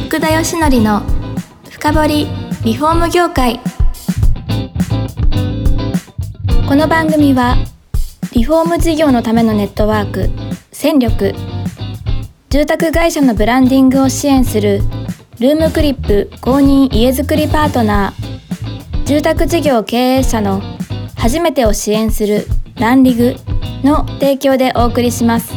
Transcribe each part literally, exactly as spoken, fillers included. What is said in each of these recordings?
福田義則の深掘りリフォーム業界。この番組はリフォーム事業のためのネットワーク戦力、住宅会社のブランディングを支援するルームクリップ公認家づくりパートナー、住宅事業経営者の初めてを支援するランリグの提供でお送りします。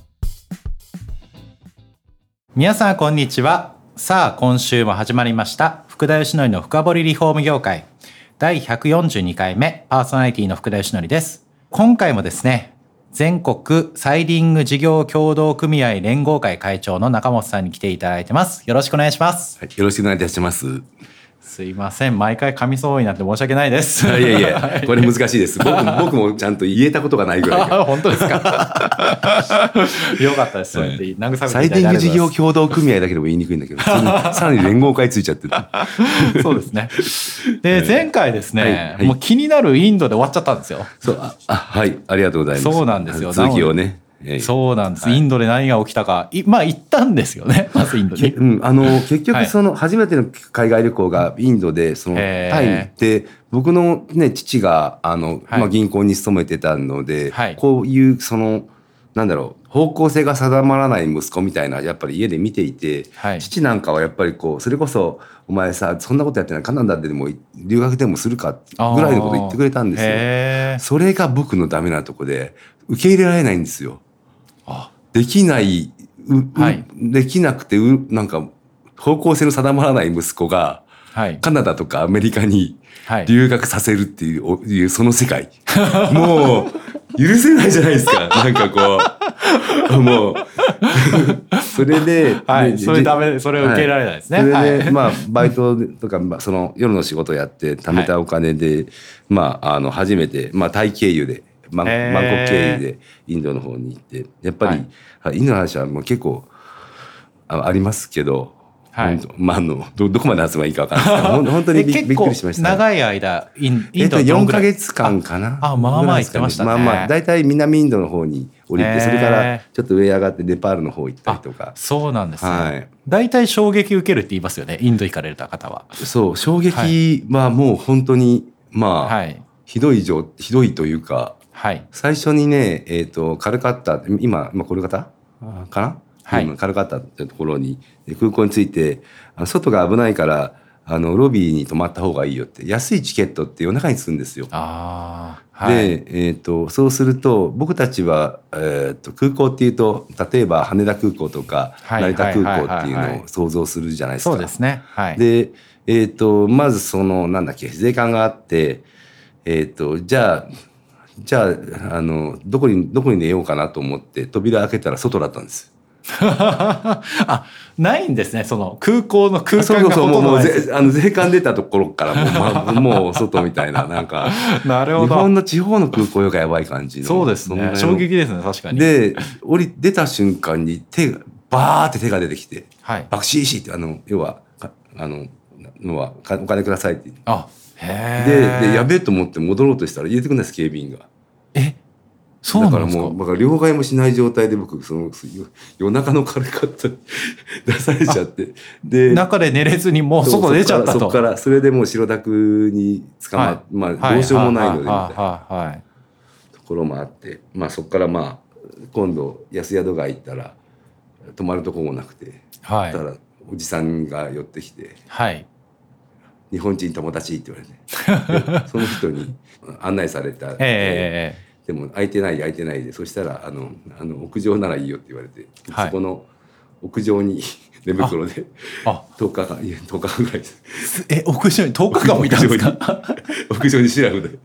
皆さんこんにちは。さあ今週も始まりました福田義則の深掘りリフォーム業界だいひゃくよんじゅうにかいめ、パーソナリティの福田義則です。今回もですね、全国サイリング事業協同組合連合会会長の中本さんに来ていただいてます。よろしくお願いします。 はい、よろしくお願いいたします。 すいません、毎回噛みそうになって申し訳ないです。 いやいや、これ難しいです。僕も僕もちゃんと言えたことがないぐらい。 本当ですか。よかったです。そうやって慰めていただいて。 サイリング事業協同組合だけでも言いにくいんだけど、さらに連合会ついちゃってる。 そうですね。で、前回ですね、 はいはい、 もう気になるインドで終わっちゃったんですよ。 そう、あ、あ、はい、ありがとうございます。 そうなんですよ。 続きをね。 そうなんです、はい、インドで何が起きたか、まあ行ったんですよね、まずインドに。 うん、あの結局その初めての海外旅行がインドで、そのタイに行って、僕の、ね、父があの、はい、まあ、銀行に勤めてたので、はい、こういうそのなんだろう、方向性が定まらない息子みたいなやっぱり家で見ていて、はい、父なんかはやっぱりこうそれこそお前さそんなことやってないカナダでも留学でもするかぐらいのこと言ってくれたんですよ。それが僕のダメなとこで受け入れられないんですよ。できない、はい、できなくてうなんか方向性の定まらない息子が、はい、カナダとかアメリカに留学させるっていう、はい、いうその世界もう許せないじゃないですか。なんかこうもうそれで、 はい、それダメ、それを受け入れられないですね。 はい、それで、はい、まあバイトとかその夜の仕事やって貯めたお金で、はい、まああの初めてまあタイ経由でバンコク経由でインドの方に行って、やっぱり、はい、インドの話はもう結構 あ, ありますけど、はい、まあ、あの ど, どこまで集まりいいか分からないですけど本当に び, びっくりしました。 長い間インド、 えっと、よんかげつかんかな。 ああ、まあまあ行ってましたね。まあまあだいたい南インドの方に降りて、それからちょっと上上がってネパールの方行ったりとか。 そうなんですね。はい、だいたい衝撃受けるって言いますよね、インド行かれた方は。 そう、衝撃はもう本当にまあ、はい、ひどい状ひどいというか、はい、最初にね、えーと、カルカッタ、今、今コルカタかな、はい、カルカッタってところに空港に着いて、外が危ないからあのロビーに泊まった方がいいよって、安いチケットって夜中にするんですよ。あ、はい、で、えーと、そうすると僕たちは、えーと、空港っていうと例えば羽田空港とか成田空港っていうのを想像するじゃないですか。 そうですね。はい、 で、えーと、まずそのなんだっけ、税関があって、えーと、じゃあじゃあ、あの、どこに、どこに寝ようかなと思って扉開けたら外だったんです。 あ、ないんですね。その空港の空間がほとんどないです。 そうそうそう、もう、もうあの税関出たところからもう、まあ、もう外みたいな、なんか、 なるほど。 日本の地方の空港よりやばい感じの。 そうですね。衝撃ですね、確かに。 で、降り、出た瞬間に手が、バーって手が出てきて、はい、バクシーシーって、あの、要は、あの、のは、お金くださいって。あ、で, でやべえと思って戻ろうとしたら入れてくんないです、警備員が。 え、そうなんですか。 だからもうだから両替もしない状態で僕その夜中のカルカッタ出されちゃって、 で中で寝れずにもう外出ちゃったと。 そこからそれでもう白タクに捕まって、はい、まあどうしようもないのでみたいなところもあって、まあそこからまあ今度安宿街行ったら泊まるとこもなくて、はい、だからおじさんが寄ってきて。はい、日本人友達って言われてその人に案内された、えー、でも空いてない空いてないで、そしたらあのあの屋上ならいいよって言われて、はい、そこの屋上に寝袋でとおかかんいやとおかかんぐらいです。 え、屋上にとおかかんもいたんですか。 屋上にシラフで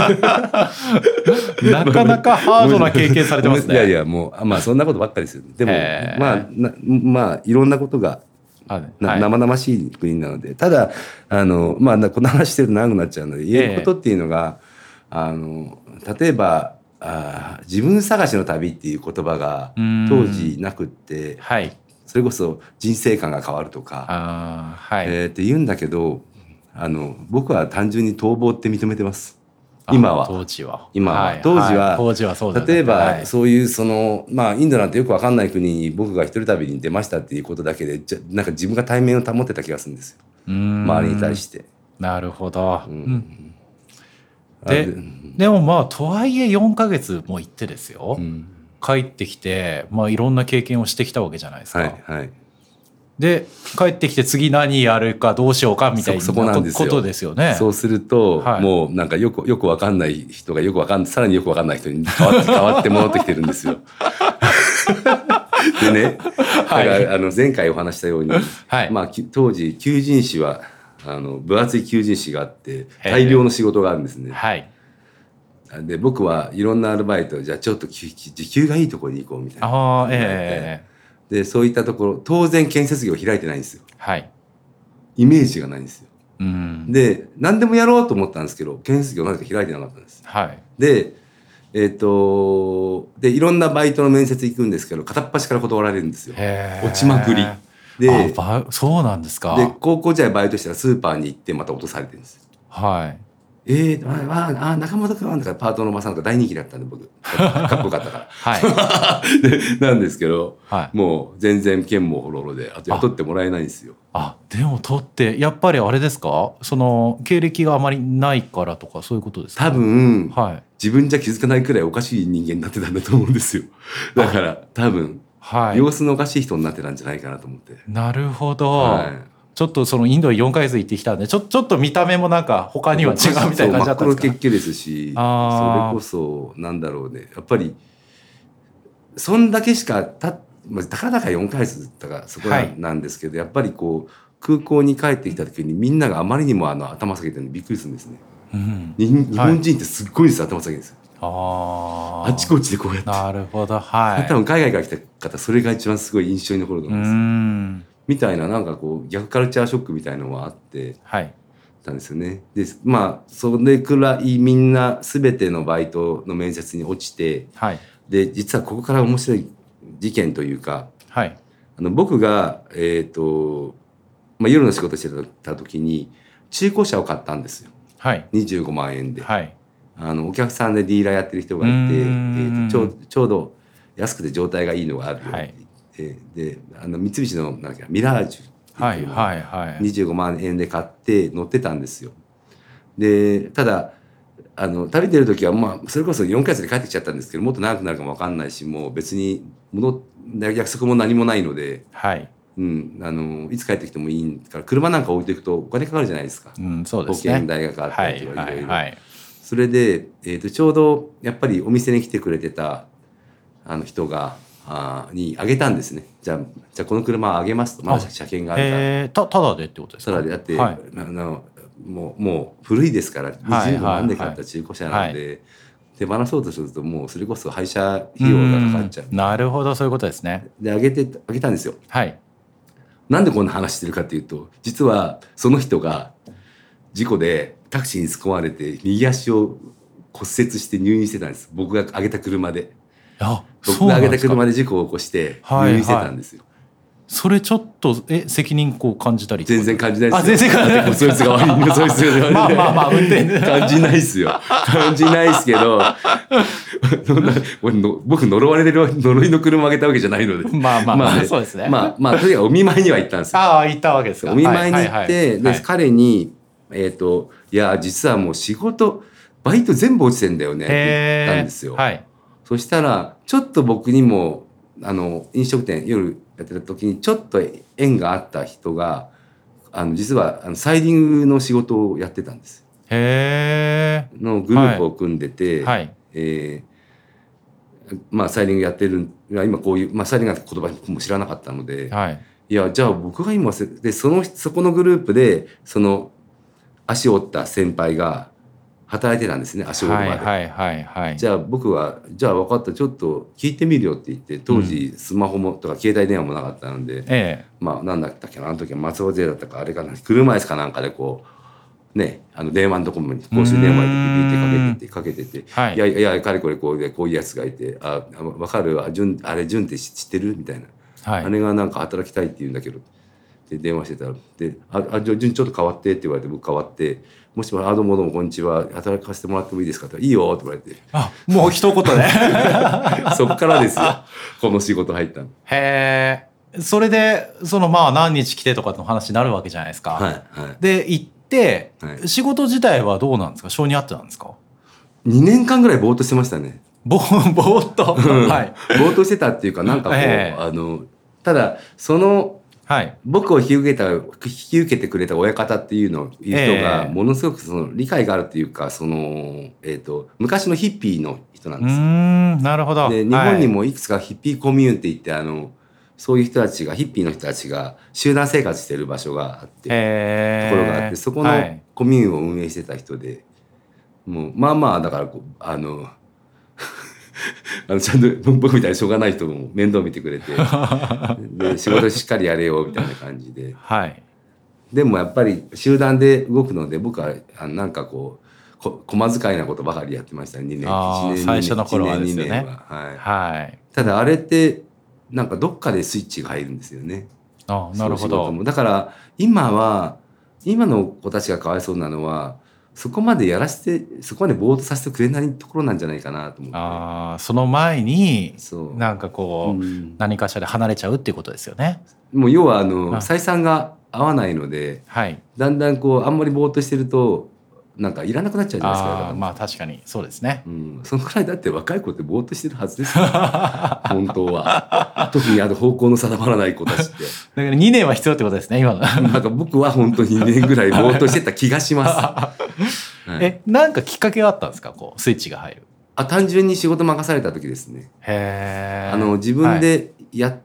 なかなかハードな経験されてますね。 いやいや、もうまあそんなことばっかりですよ。でもまあなまあいろんなことがはい、生々しい国なので、ただあの、まあ、この話してると長くなっちゃうので言えることっていうのが、えー、あの例えばあ自分探しの旅っていう言葉が当時なくって、はい、それこそ人生観が変わるとか、あ、はい、えー、って言うんだけど、あの僕は単純に逃亡って認めてます。 今は当時は今は、 はい、 当時は、 はい、当時はそうだった。 例えば、 はい、 そういうそのまあインドなんてよくわかんない国に僕が一人旅に出ましたっていうことだけでじゃなんか自分が対面を保ってた気がするんですよ、周りに対して。 なるほど、 うん、 で, でもまあとはいえよんかげつも行ってですよ、うん、帰ってきて、まあ、いろんな経験をしてきたわけじゃないですか、 はいはい、 で帰ってきて次何やるかどうしようかみたいなことですよね。 そうすると、はい、もうなんかよくよくわかんない人がよくわかんさらによくわかんない人に変わって変わって戻ってきてるんですよ。でね、だから、はい、あの前回お話したように、はい、まあ当時求人誌はあの分厚い求人誌があって大量の仕事があるんですね。はい、で僕はいろんなアルバイトじゃあちょっと時給がいいところに行こうみたいな。あ、えーでそういったところ当然建設業開いてないんですよ、はい、イメージがないんですよ、うん、で何でもやろうと思ったんですけど建設業なぜか開いてなかったんです、はい、でえっ、ー、とでいろんなバイトの面接行くんですけど片っ端から断られるんですよ、落ちまくりで。 あ、そうなんですか。 で高校時代バイトしたらスーパーに行ってまた落とされてるんです、はい、えー、あああ中本君はパートのおばさんが大人気だったんで僕かっこよかったから、はい、でなんですけど、はい、もう全然剣もほろろであと雇ってもらえないんですよ。 あ、でも取ってやっぱりあれですか、その経歴があまりないからとかそういうことですか。 多分、はい、自分じゃ気づかないくらいおかしい人間になってたんだと思うんですよ。だから多分、はい、様子のおかしい人になってたんじゃないかなと思って。 なるほど、はい、ちょっとそのインドによんかげつ行ってきたんでちょ、ちょっと見た目もなんか他には違うみたいな感じだったんですか。 真っ黒血気ですし、それこそなんだろうね、やっぱりそんだけしかたたかだかよんかげつだからそこなんですけど、はい、やっぱりこう空港に帰ってきた時にみんながあまりにもあの頭下げてるのにびっくりするんですね、うん、日本人ってすっごいです、はい、頭下げるんですよ。ああちこちでこうやって。 なるほど、はい、 多分海外から来た方それが一番すごい印象に残ると思います。うんみたいななんかこう逆カルチャーショックみたいなのがあってたんですよね。でまあそれくらいみんな全てのバイトの面接に落ちて、はい、で実はここから面白い事件というか、はい、あの僕が、えーとまあ、夜の仕事してた時に中古車を買ったんですよ、はい、にじゅうごまんえんで、はい、あのお客さんでディーラーやってる人がいて、えーとちょう、ちょうど安くて状態がいいのがあるよって、はいであの三菱のなんだっけミラージュっていうのをにじゅうごまんえんで買って乗ってたんですよ。でただあの旅出る時は、まあ、それこそよんかげつで帰ってきちゃったんですけどもっと長くなるかも分かんないしもう別に戻約束も何もないので、はいうん、あのいつ帰ってきてもいいから車なんか置いていくとお金かかるじゃないですか、うん、そうですね、保険代がかかったりとかいろいろ、はいはい、それで、えーと、ちょうどやっぱりお店に来てくれてたあの人があにあげたんですね。じゃあ、じゃあこの車あげますとまだ車検があるから、 えー、た, ただでってことですか。 ただでだって、はい、あのもうもう古いですからにじゅうごまんで買った中古車なので、はいはい、手放そうとするともうそれこそ廃車費用がかかっちゃう。 うなるほどそういうことですね。 であげてあげたんですよ。はい。なんでこんな話してるかっていうと実はその人が事故でタクシーに突っ込まれて右足を骨折して入院してたんです。僕があげた車で。あ僕があげた車で事故を起こして入院してたんですよ、はいはい、 それちょっとえ責任こう感じたり全然感じないですよ。 あ全然感じないそいつが悪いのそいつが悪いまあまあまあ運転感じないですよ感じないですけどそんな僕呪われる呪いの車をあげたわけじゃないのでまあまあまあ、ね、そうですねまあまあとにかくお見舞いには行ったんですよ。 ああ行ったわけですか。 お見舞いに行って、はいはいはい、で、はい、彼にえっ、ー、といや実はもう仕事バイト全部落ちてんだよねって言ったんですよ。はいそしたらちょっと僕にもあの飲食店夜やってた時にちょっと縁があった人があの実はあのサイディングの仕事をやってたんです。へーのグループを組んでて、はいはいえーまあ、サイディングやってる今こういう、まあ、サイディングなんて言葉も知らなかったので、はい、いやじゃあ僕が今でそのそこのグループでその足を折った先輩が働いてたんですね足折るまで、はいはいはいはい、じゃあ僕はじゃあ分かったちょっと聞いてみるよって言って当時スマホもとか携帯電話もなかったので、うん、まあ何だったっけなあの時は松尾勢だったかあれかな車椅子かなんかでこうねあの電話のところに公衆電話でピピってかけててかけてて、はい、いやいやかれこれこうでこういうやつがいてあ分かるあれ潤って知ってるみたいな、はい、姉がなんか働きたいって言うんだけどってで電話してたら「でああ順ちょっと変わって」って言われて僕変わって「もしもあどうもどうもこんにちは働かせてもらってもいいですか?」って言ったら「いいよ」って言われてあもう一言ねそっからですよこの仕事入ったの。 へえ。それでそのまあ何日来てとかの話になるわけじゃないですか。 はいはい、 で行って、 はい、 仕事自体はどうなんですか？性に合ってたんですか？ にねんかんぐらいぼーっとしてましたね。 ぼぼーっと、はい、 ぼーっとしてたっていうかなんかこう、えー、あのただその、はい、僕を引き受けた引き受けてくれた親方っていうのいう人がものすごくその理解があるっていうかその、えーと、昔のヒッピーの人なんですよ。うーんなるほど。 で日本にもいくつかヒッピーコミュニティってあのそういう人たちがヒッピーの人たちが集団生活してる場所があってところがあってそこのコミューンを運営してた人で、もうまあまあだからこうあのあのちゃんと僕みたいにしょうがない人も面倒見てくれてで仕事しっかりやれよみたいな感じで、はい、でもやっぱり集団で動くので僕はあのなんかこうこ小遣いなことばかりやってましたね。にねんあいちねん最初の頃はですよね。 いちねんにねんは、はいはい、 ただあれってなんかどっかでスイッチが入るんですよね。 あなるほど。 だから今は今の子たちがかわいそうなのはそこまでやらせてそこまでぼーっとさせてくれないところなんじゃないかなと思って。 あその前になんかこう、うん、何かしらで離れちゃうっていうことですよね。 もう要はあの採算が合わないので、はい、だんだんこうあんまりぼーっとしてるとなんかいらなくなっちゃうじゃないですか。 あまあ確かにそうですね、 うん、そのくらいだって若い子ってぼーっとしてるはずですよ本当は特にあの方向の定まらない子たちってだからにねんは必要ってことですね今のなんか僕は本当ににねんぐらいぼーっとしてた気がします、はい、 えなんかきっかけがあったんですかこうスイッチが入る。 あ単純に仕事任された時ですね。 へあの自分でや、はい、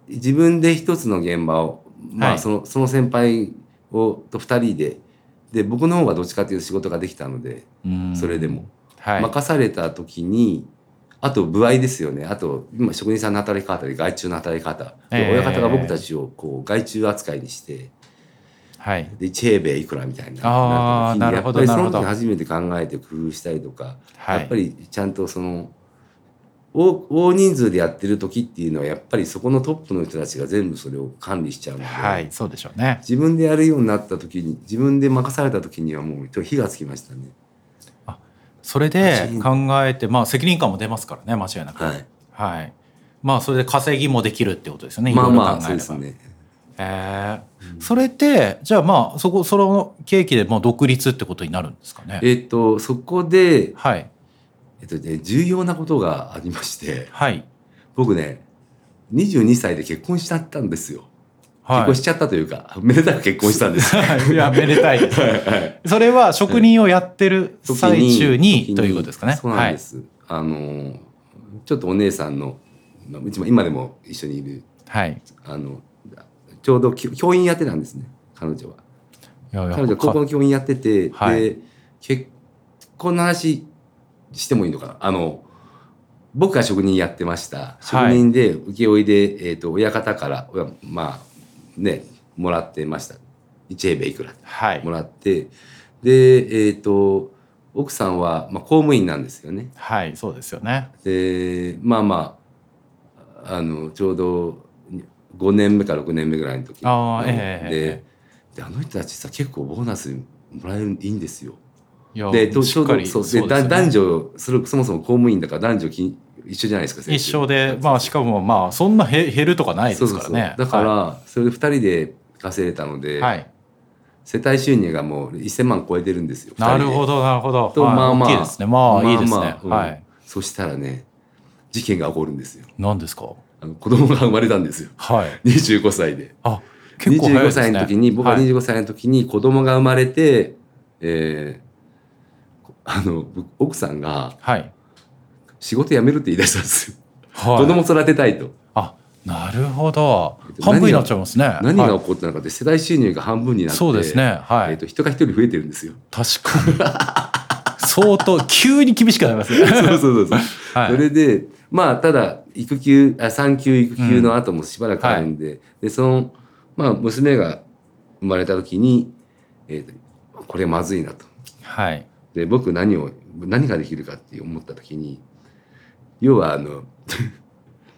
自分で一つの現場をまあその、はい、その先輩をとふたりでで僕の方がどっちかというと仕事ができたのでそれでも、はい、任された時にあと歩合ですよね。あと今職人さんの働き方で外注の働き方、えー、親方が僕たちをこう外注扱いにして、はい、でいち平米いくらみたいなあなるほどやっぱりその時初めて考えて工夫したりとか、はい、やっぱりちゃんとその大, 大人数でやってる時っていうのはやっぱりそこのトップの人たちが全部それを管理しちゃうので、 はい、そうでしょうね。 自分でやるようになった時に自分で任された時にはもう火がつきましたね。 あそれで考えて、まあ、責任感も出ますからね間違いなく、はいはい、まあそれで稼ぎもできるってことですよね。 まあまあそうですね。 えーうん、それってじゃあまあそこその契機でもう独立ってことになるんですかね。 えっとそこで、 はいえっとね、重要なことがありまして、 はい、 僕ねにじゅうにさいで結婚しちゃったんですよ、はい、結婚しちゃったというかめでたく結婚したんですいやめでたいです、はいはい、それは職人をやってる最中にということですかね。 そうなんです、はい、あのちょっとお姉さんの今でも一緒にいる、はい、あのちょうど教員やってたんですね彼女は。いやいや彼女は高校の教員やってて、はい、で結婚の話してもいいのかな。あの僕が職人やってました。職人で請負で、えー、と親方からまあねもらってました。いち平米いくら、はい、もらってで、えー、と奥さんは、まあ、公務員なんですよね。 はいそうですよね。 でまあまああのちょうどごねんめかろくねんめぐらいの時あ、えー、で, であの人たちさ結構ボーナスもらえるいいんですよ。でちょうどそうで、ね、男女それそもそも公務員だから男女一緒じゃないですか。 一緒で、まあ、しかもまあそんな減るとかないですからね。そうそうそうだから、はい、それでふたりで稼いでたので、はい、世帯収入がもうせんまん超えてるんですよ。 なるほどなるほど。 と、はい、まあまあ大きいですね。まあいいですね。まあまあうんはい、そしたらね事件が起こるんですよ。 何ですか。 あの子供が生まれたんですよ、はい、にじゅうごさいで。 あ結構早いですね。 にじゅうごさいの時に僕はにじゅうごさいの時に子供が生まれて、はい、えーあの奥さんが仕事辞めるって言い出したんですよ、はい、子供育てたいと。 あなるほど、えっと、半分になっちゃいますね。 何が起こったのかって世帯収入が半分になって、 そうですね、はい、 えっと、人が一人増えてるんですよ。 確かに相当急に厳しくなりますねそうそうそうそう、はい、それでまあただ育休あ産休育休の後もしばらくあるんで、うんはい、でその、まあ、娘が生まれた時に、えー、これまずいなと。はいで僕何を何ができるかって思った時に要はあの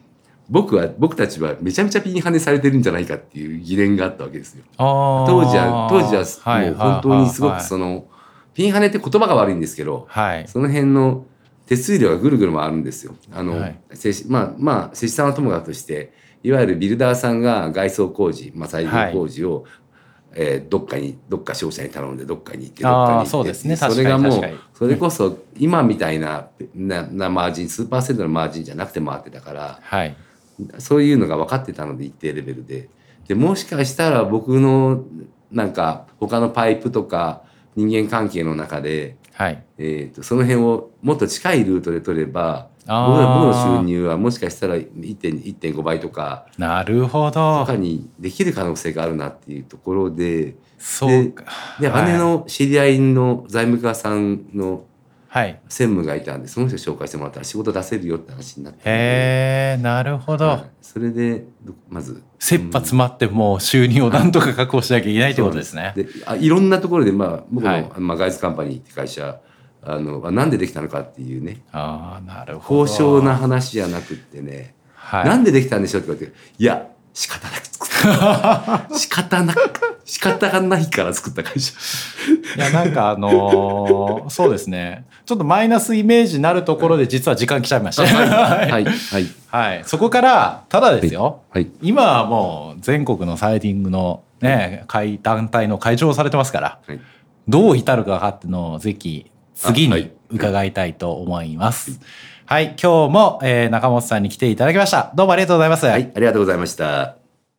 僕は僕たちはめちゃめちゃピンハネされてるんじゃないかっていう疑念があったわけですよ。当時は当時はもう本当にすごくそのピンハネって言葉が悪いんですけど、はい、その辺の手数料がぐるぐる回るんですよ。あの、はい、まあまあ施主さんはともかくとしていわゆるビルダーさんが外装工事、まあ、再現工事を、はいえー、どっかにどっか商社に頼んでどっかに行ってどっかに行って、そうですね、それがもうそれこそ今みたいな、な, なマージン数パーセントのマージンじゃなくて回ってたから、はい、そういうのが分かってたので一定レベルで、でもしかしたら僕のなんか他のパイプとか人間関係の中で、はいえー、とその辺をもっと近いルートで取れば僕の収入はもしかしたら いってんご 倍とかなるほどとかにできる可能性があるなっていうところで、そうかで、はい、姉の知り合いの財務課さんの専務がいたんで、その人紹介してもらったら仕事出せるよって話になって、 へえなるほど、はい、 それでまず切羽詰まってもう収入をなんとか確保しなきゃいけないってことですね。 であいろんなところで、まあ、僕の、はいまあ、ガイズカンパニーって会社あのなんでできたのかっていうね、 あなるほど高尚な話じゃなくってね、はい、なんでできたんでしょうって言われて、いや仕方なく作った仕方なく仕方がないから作った会社いやなんかあのー、そうですねちょっとマイナスイメージになるところで実は時間来ちゃいましたはいはい、はいはい、そこからただですよ、はいはい、今はもう全国のサイディングのね会団体の会長をされてますから、はい、どう至るかっていうのをぜひ次に伺いたいと思います。はい、はい、今日も、えー、中本さんに来ていただきました。どうもありがとうございます。 はい、ありがとうございました。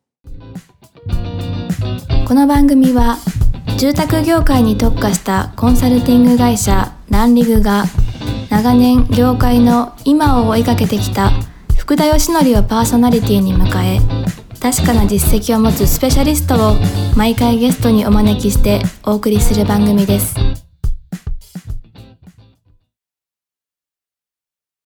この番組は住宅業界に特化したコンサルティング会社ランリグが長年業界の今を追いかけてきた福田義則をパーソナリティに迎え、確かな実績を持つスペシャリストを毎回ゲストにお招きしてお送りする番組です。